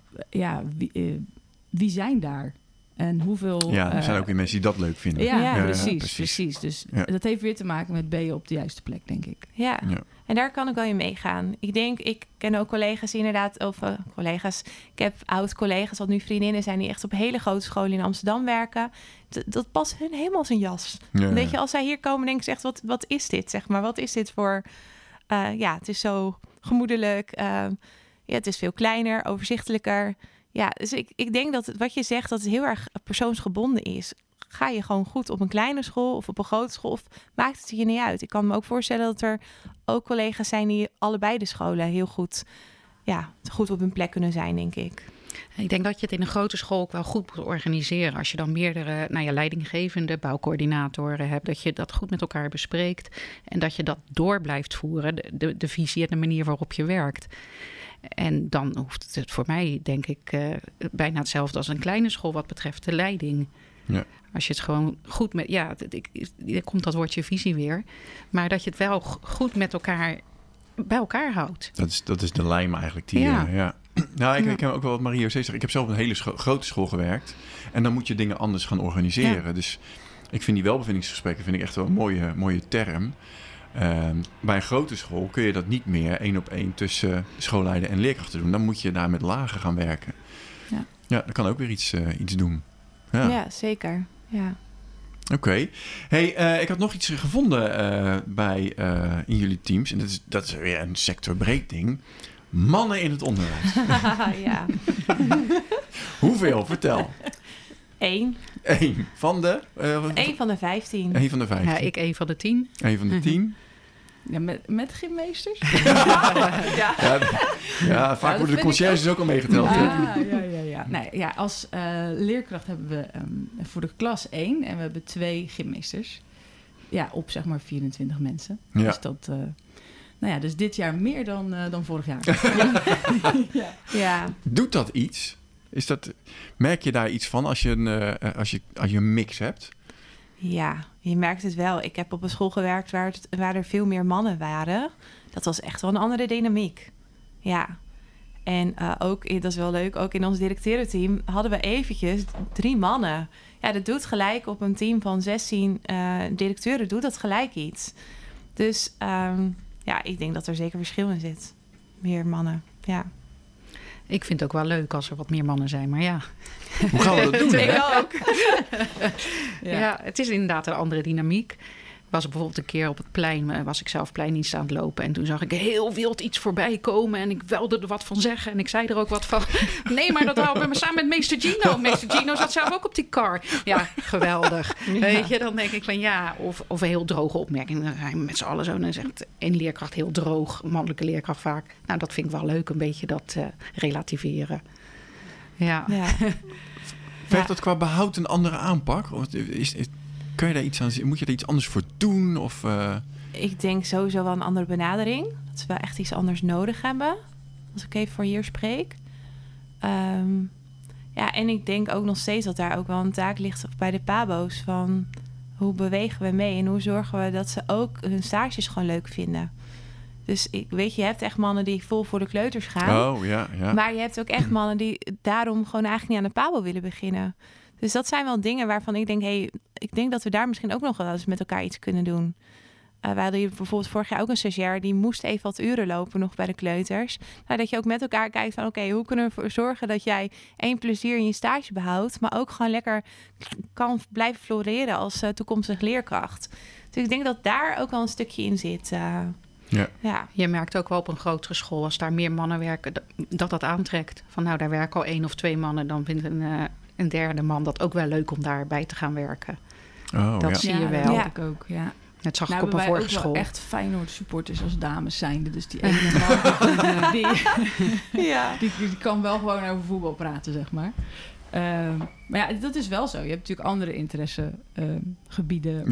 wie zijn daar? En hoeveel... Ja, er zijn ook weer mensen die dat leuk vinden. Ja, precies. Dus dat heeft weer te maken met ben je op de juiste plek, denk ik. Ja. En daar kan ik wel in meegaan. Ik ken ook collega's inderdaad, ik heb oud-collega's, wat nu vriendinnen zijn, die echt op hele grote scholen in Amsterdam werken. Dat past hun helemaal als een jas. Ja. Weet je, als zij hier komen, denken ze echt, wat is dit, zeg maar? Wat is dit voor... het is zo gemoedelijk. Het is veel kleiner, overzichtelijker. Ja, dus ik denk dat wat je zegt, dat het heel erg persoonsgebonden is. Ga je gewoon goed op een kleine school of op een grote school, of maakt het je niet uit? Ik kan me ook voorstellen dat er ook collega's zijn die allebei de scholen heel goed op hun plek kunnen zijn, denk ik. Ik denk dat je het in een grote school ook wel goed moet organiseren. Als je dan meerdere leidinggevende bouwcoördinatoren hebt, dat je dat goed met elkaar bespreekt en dat je dat door blijft voeren, de visie en de manier waarop je werkt. En dan hoeft het voor mij, denk ik, bijna hetzelfde als een kleine school wat betreft de leiding. Ja. Als je het gewoon goed met... Ja, er komt dat woordje visie weer. Maar dat je het wel goed met elkaar bij elkaar houdt. Dat is de lijm eigenlijk. Nou, ik heb ook wel wat Marie-José zegt. Ik heb zelf op een hele grote school gewerkt. En dan moet je dingen anders gaan organiseren. Ja. Dus ik vind die welbevindingsgesprekken echt wel een mooie term. Bij een grote school kun je dat niet meer 1-op-1 tussen schoolleider en leerkrachten doen. Dan moet je daar met lagen gaan werken. Ja, dat kan ook weer iets doen. Ja, zeker. Ja. Oké. Hey, ik had nog iets gevonden in jullie teams. En dat is weer een sectorbreed ding. Mannen in het onderwijs. Ja. Hoeveel? Vertel. 1. 1 van de? 1 van de 15. 1 van de 15. Ja, ik 1 van de 10. 1 van de 10. Ja, met gymmeesters? Vaak worden de conciërges ook al meegeteld. Ja. Nee, als leerkracht hebben we voor de klas 1 en we hebben 2 gymmeesters. Ja, op zeg maar 24 mensen. Ja. Dus dat... dus dit jaar meer dan vorig jaar. Ja. Doet dat iets? Merk je daar iets van als je een mix hebt? Ja, je merkt het wel. Ik heb op een school gewerkt waar er veel meer mannen waren. Dat was echt wel een andere dynamiek. Ja. En ook, dat is wel leuk, ook in ons directeurenteam hadden we eventjes 3 mannen. Ja, dat doet gelijk op een team van 16 directeuren, doet dat gelijk iets. Dus ik denk dat er zeker verschil in zit. Meer mannen, ja. Ik vind het ook wel leuk als er wat meer mannen zijn, maar ja. Hoe gaan we dat doen? Ik ook. Ja, het is inderdaad een andere dynamiek. Ik was bijvoorbeeld een keer op het plein, was ik zelf pleindienst aan het lopen. En toen zag ik heel wild iets voorbij komen. En ik wilde er wat van zeggen. En ik zei er ook wat van. Nee, maar dat houden we samen met meester Gino. Meester Gino zat zelf ook op die kar. Ja, geweldig. Ja. Weet je, dan denk ik van ja. Of een heel droge opmerking. Dan zijn we met z'n allen zo. En dan zegt één leerkracht heel droog. Mannelijke leerkracht vaak. Nou, dat vind ik wel leuk. Een beetje dat relativeren. Ja. Vergt dat qua behoud een andere aanpak? Of kun je daar iets aan zien? Moet je er iets anders voor doen? Of, Ik denk sowieso wel een andere benadering. Dat ze wel echt iets anders nodig hebben. Als ik even voor hier spreek. En ik denk ook nog steeds dat daar ook wel een taak ligt bij de pabo's. Van hoe bewegen we mee? En hoe zorgen we dat ze ook hun stages gewoon leuk vinden? Dus je hebt echt mannen die vol voor de kleuters gaan. Oh, ja. Maar je hebt ook echt mannen die daarom gewoon eigenlijk niet aan de pabo willen beginnen. Dus dat zijn wel dingen waarvan ik denk, ik denk dat we daar misschien ook nog wel eens met elkaar iets kunnen doen. wij hadden hier bijvoorbeeld vorig jaar ook een stagiair... die moest even wat uren lopen nog bij de kleuters. Nou, dat je ook met elkaar kijkt van... oké, hoe kunnen we ervoor zorgen dat jij plezier in je stage behoudt... maar ook gewoon lekker kan blijven floreren als toekomstig leerkracht. Dus ik denk dat daar ook wel een stukje in zit. Ja. Je merkt ook wel op een grotere school... als daar meer mannen werken, dat aantrekt. Van nou, daar werken al 1 of 2 mannen... dan vindt een derde man dat ook wel leuk om daarbij te gaan werken. Dat zie je wel. Dat denk ik ook, ja. Dat zag ik op een vorige school. Ook wel echt Feyenoord supporters als dames zijnde. Dus die ene man die kan wel gewoon over voetbal praten, zeg maar. Maar ja, dat is wel zo. Je hebt natuurlijk andere interessegebieden.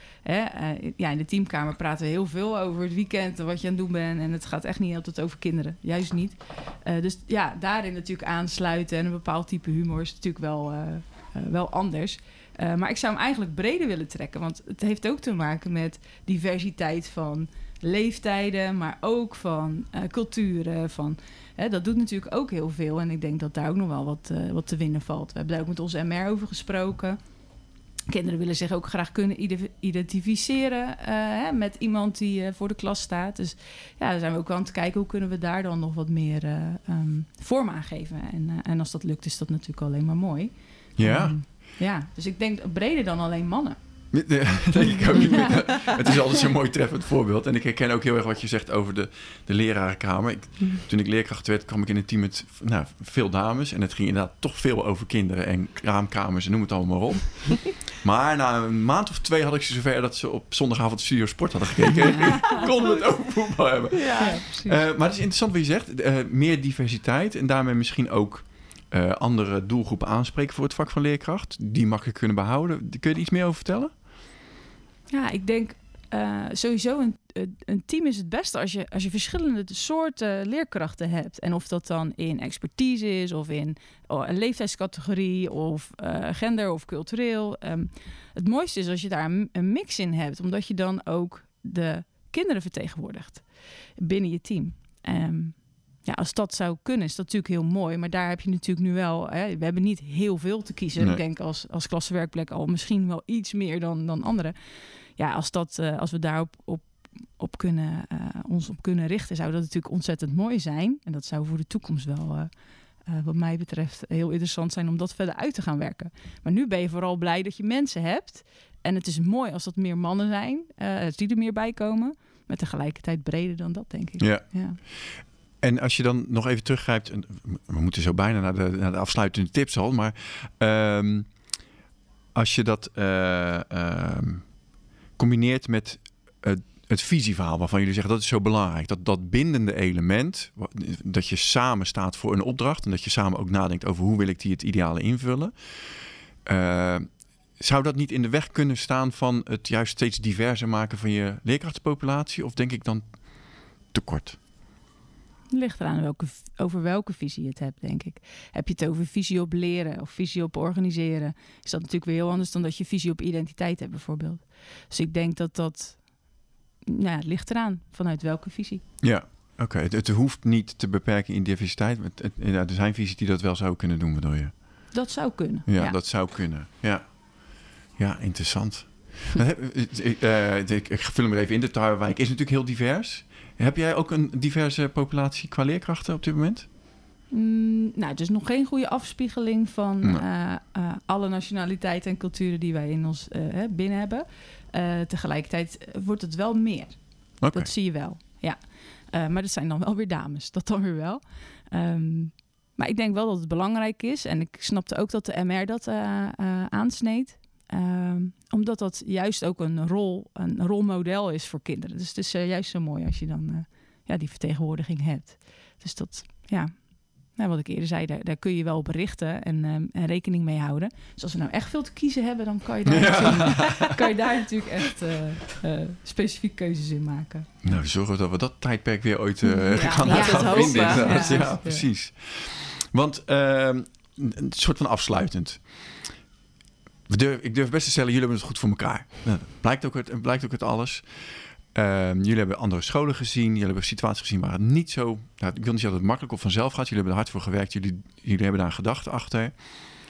In de teamkamer praten we heel veel over het weekend... en wat je aan het doen bent. En het gaat echt niet altijd over kinderen. Juist niet. Dus ja, daarin natuurlijk aansluiten... en een bepaald type humor is natuurlijk wel anders... maar ik zou hem eigenlijk breder willen trekken. Want het heeft ook te maken met diversiteit van leeftijden... maar ook van culturen. Dat doet natuurlijk ook heel veel. En ik denk dat daar ook nog wel wat te winnen valt. We hebben daar ook met onze MR over gesproken. Kinderen willen zich ook graag kunnen identificeren... met iemand die voor de klas staat. Dus ja, dan zijn we ook aan het kijken... hoe kunnen we daar dan nog wat meer vorm aan geven. En als dat lukt, is dat natuurlijk alleen maar mooi. Ja. Ja, dus ik denk breder dan alleen mannen. Denk ik ook niet. Ja. Het is altijd zo'n mooi treffend voorbeeld. En ik herken ook heel erg wat je zegt over de lerarenkamer. Toen ik leerkracht werd, kwam ik in een team met veel dames. En het ging inderdaad toch veel over kinderen en kraamkamers en noem het allemaal op. Maar na een maand of 2 had ik ze zover dat ze op zondagavond Studio Sport hadden gekeken. En konden we het over voetbal hebben. Ja, maar het is interessant wat je zegt. Meer diversiteit en daarmee misschien ook... andere doelgroepen aanspreken voor het vak van leerkracht... die makkelijk kunnen behouden. Kun je er iets meer over vertellen? Ja, ik denk sowieso een team is het beste... als je verschillende soorten leerkrachten hebt. En of dat dan in expertise is... of in een leeftijdscategorie... of gender of cultureel. Het mooiste is als je daar een mix in hebt... omdat je dan ook de kinderen vertegenwoordigt... binnen je team. Ja, als dat zou kunnen, is dat natuurlijk heel mooi. Maar daar heb je natuurlijk nu wel... we hebben niet heel veel te kiezen. Nee. Ik denk als klassenwerkplek al misschien wel iets meer dan anderen. Ja, als we daar ons op kunnen richten... zou dat natuurlijk ontzettend mooi zijn. En dat zou voor de toekomst wel... wat mij betreft heel interessant zijn om dat verder uit te gaan werken. Maar nu ben je vooral blij dat je mensen hebt. En het is mooi als dat meer mannen zijn. Die er meer bij komen. Maar tegelijkertijd breder dan dat, denk ik. Ja. En als je dan nog even teruggrijpt... we moeten zo bijna naar de afsluitende tips al... maar als je dat combineert met het visieverhaal... waarvan jullie zeggen dat is zo belangrijk... dat bindende element... dat je samen staat voor een opdracht... en dat je samen ook nadenkt over hoe wil ik die het ideale invullen... zou dat niet in de weg kunnen staan van het juist steeds diverser maken... van je leerkrachtenpopulatie? Of denk ik dan te kort? Het ligt eraan over welke visie je het hebt, denk ik. Heb je het over visie op leren of visie op organiseren... is dat natuurlijk weer heel anders dan dat je visie op identiteit hebt, bijvoorbeeld. Dus ik denk dat het ligt eraan vanuit welke visie. Ja, oké. Het hoeft niet te beperken in diversiteit. Er zijn visies die dat wel zou kunnen doen, bedoel je? Dat zou kunnen. Ja, dat zou kunnen. Ja, interessant. Ik vul hem er even in. De Tarwijk is natuurlijk heel divers... Heb jij ook een diverse populatie qua leerkrachten op dit moment? Het is nog geen goede afspiegeling van alle nationaliteiten en culturen die wij in ons binnen hebben. Tegelijkertijd wordt het wel meer. Okay. Dat zie je wel, ja. Maar dat zijn dan wel weer dames, dat dan weer wel. Maar ik denk wel dat het belangrijk is. En ik snapte ook dat de MR dat aansneed. Omdat dat juist ook een rolmodel is voor kinderen. Dus het is juist zo mooi als je dan die vertegenwoordiging hebt. Dus dat, wat ik eerder zei, daar kun je wel op richten en rekening mee houden. Dus als we nou echt veel te kiezen hebben, dan kan je daar natuurlijk echt specifiek keuzes in maken. Nou, zorgen dat we dat tijdperk weer ooit gaan vinden. Ja, precies. Want een soort van afsluitend. Ik durf best te stellen, jullie hebben het goed voor elkaar. Nou, blijkt ook uit alles. Jullie hebben andere scholen gezien. Jullie hebben situaties gezien waar het niet zo... ik wil niet zeggen dat het makkelijk of vanzelf gaat. Jullie hebben er hard voor gewerkt. Jullie hebben daar een gedachte achter.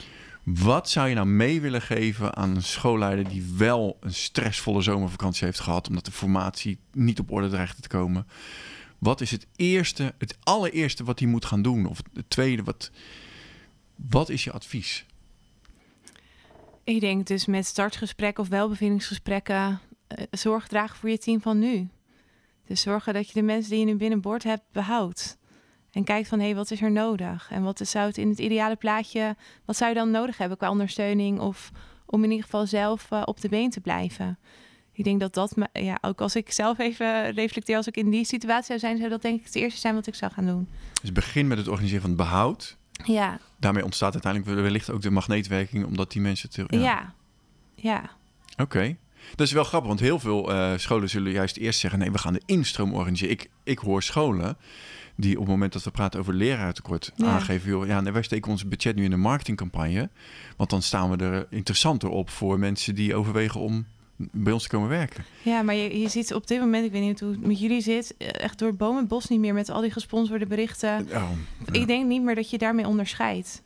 Wat zou je nou mee willen geven aan een schoolleider die wel een stressvolle zomervakantie heeft gehad, omdat de formatie niet op orde dreigt te komen? Wat is het allereerste wat hij moet gaan doen? Of het tweede, wat is je advies? Ik denk dus met startgesprekken of welbevindingsgesprekken zorg dragen voor je team van nu. Dus zorgen dat je de mensen die je nu binnenboord hebt behoudt. En kijkt van, wat is er nodig? En zou het in het ideale plaatje, wat zou je dan nodig hebben qua ondersteuning? Of om in ieder geval zelf op de been te blijven. Ik denk dat ook als ik zelf even reflecteer, als ik in die situatie zou dat denk ik het eerste zijn wat ik zou gaan doen. Dus begin met het organiseren van het behoud. Ja. Daarmee ontstaat uiteindelijk wellicht ook de magneetwerking, omdat die mensen... Ja. Oké. Dat is wel grappig, want heel veel scholen zullen juist eerst zeggen, nee, we gaan de instroom organiseren. Ik hoor scholen die op het moment dat we praten over leraartekort aangeven, joh, wij steken ons budget nu in een marketingcampagne, want dan staan we er interessanter op voor mensen die overwegen om bij ons te komen werken. Ja, maar je ziet op dit moment, ik weet niet hoe het met jullie zit, echt door het boom en bos niet meer met al die gesponsorde berichten. Ik denk niet meer dat je daarmee onderscheidt.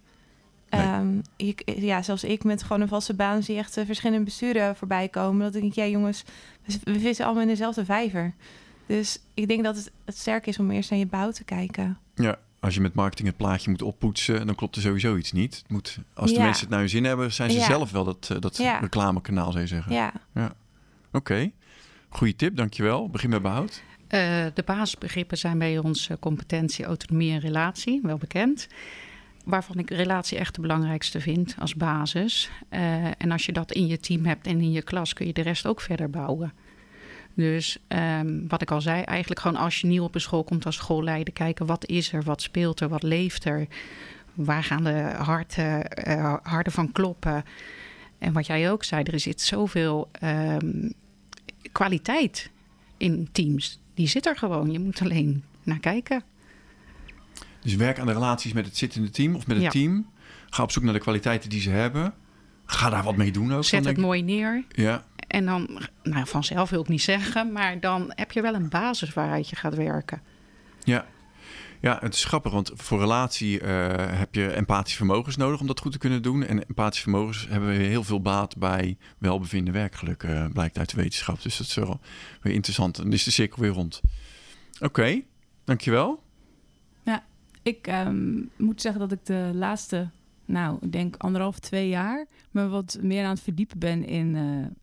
Nee. Zelfs ik met gewoon een vaste baan zie echt verschillende besturen voorbij komen. Dat ik denk, jongens, we vissen allemaal in dezelfde vijver. Dus ik denk dat het sterk is om eerst naar je bouw te kijken. Ja, als je met marketing het plaatje moet oppoetsen, dan klopt er sowieso iets niet. Als de mensen het naar hun zin hebben, zijn ze zelf wel dat reclamekanaal, zou je zeggen. Ja. Oké. Goeie tip, dankjewel. Begin met behoud. De basisbegrippen zijn bij ons competentie, autonomie en relatie, wel bekend. Waarvan ik relatie echt de belangrijkste vind als basis. En als je dat in je team hebt en in je klas, kun je de rest ook verder bouwen. Dus wat ik al zei, eigenlijk gewoon als je nieuw op een school komt als schoolleider, kijken wat is er, wat speelt er, wat leeft er. Waar gaan de harten van kloppen? En wat jij ook zei, er zit zoveel kwaliteit in teams. Die zit er gewoon, je moet alleen naar kijken. Dus werk aan de relaties met het zittende team of met het team. Ga op zoek naar de kwaliteiten die ze hebben. Ga daar wat mee doen ook. Zet het mooi neer. Ja. En dan, vanzelf wil ik niet zeggen, maar dan heb je wel een basis waaruit je gaat werken. Ja, het is grappig, want voor relatie heb je empathische vermogens nodig om dat goed te kunnen doen. En empathische vermogens hebben we heel veel baat bij welbevinden, werkgeluk, blijkt uit de wetenschap. Dus dat is wel weer interessant. En dan is de cirkel weer rond. Oké, dankjewel. Ja, ik moet zeggen dat ik de laatste, ik denk 1,5-2 jaar, me wat meer aan het verdiepen ben in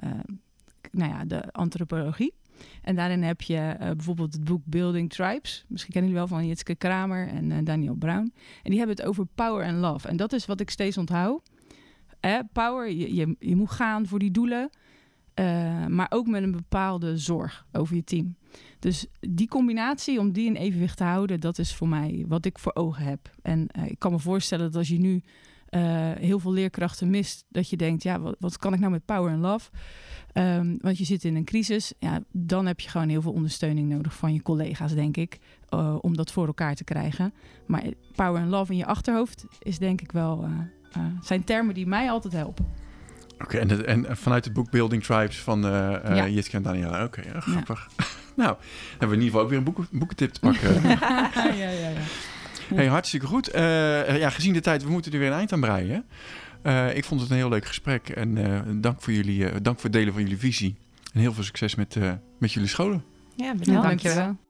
de antropologie. En daarin heb je bijvoorbeeld het boek Building Tribes. Misschien kennen jullie wel van Jitske Kramer en Daniel Brown. En die hebben het over power en love. En dat is wat ik steeds onthoud. Power, je moet gaan voor die doelen. Maar ook met een bepaalde zorg over je team. Dus die combinatie, om die in evenwicht te houden, dat is voor mij wat ik voor ogen heb. En ik kan me voorstellen dat als je nu heel veel leerkrachten mist, dat je denkt, wat kan ik nou met power en love? Want je zit in een crisis, dan heb je gewoon heel veel ondersteuning nodig van je collega's, denk ik, om dat voor elkaar te krijgen. Maar power en love in je achterhoofd is denk ik wel, zijn termen die mij altijd helpen. Oké, en vanuit het boek Building Tribes van Jitske en Daniela. Oké, grappig. Ja. Nou, hebben we in ieder geval ook weer een boekentip te pakken. Ja. Hey, hartstikke goed. Gezien de tijd, we moeten er weer een eind aan breien. Ik vond het een heel leuk gesprek. En dank voor het delen van jullie visie. En heel veel succes met jullie scholen. Ja, bedankt. Dankjewel.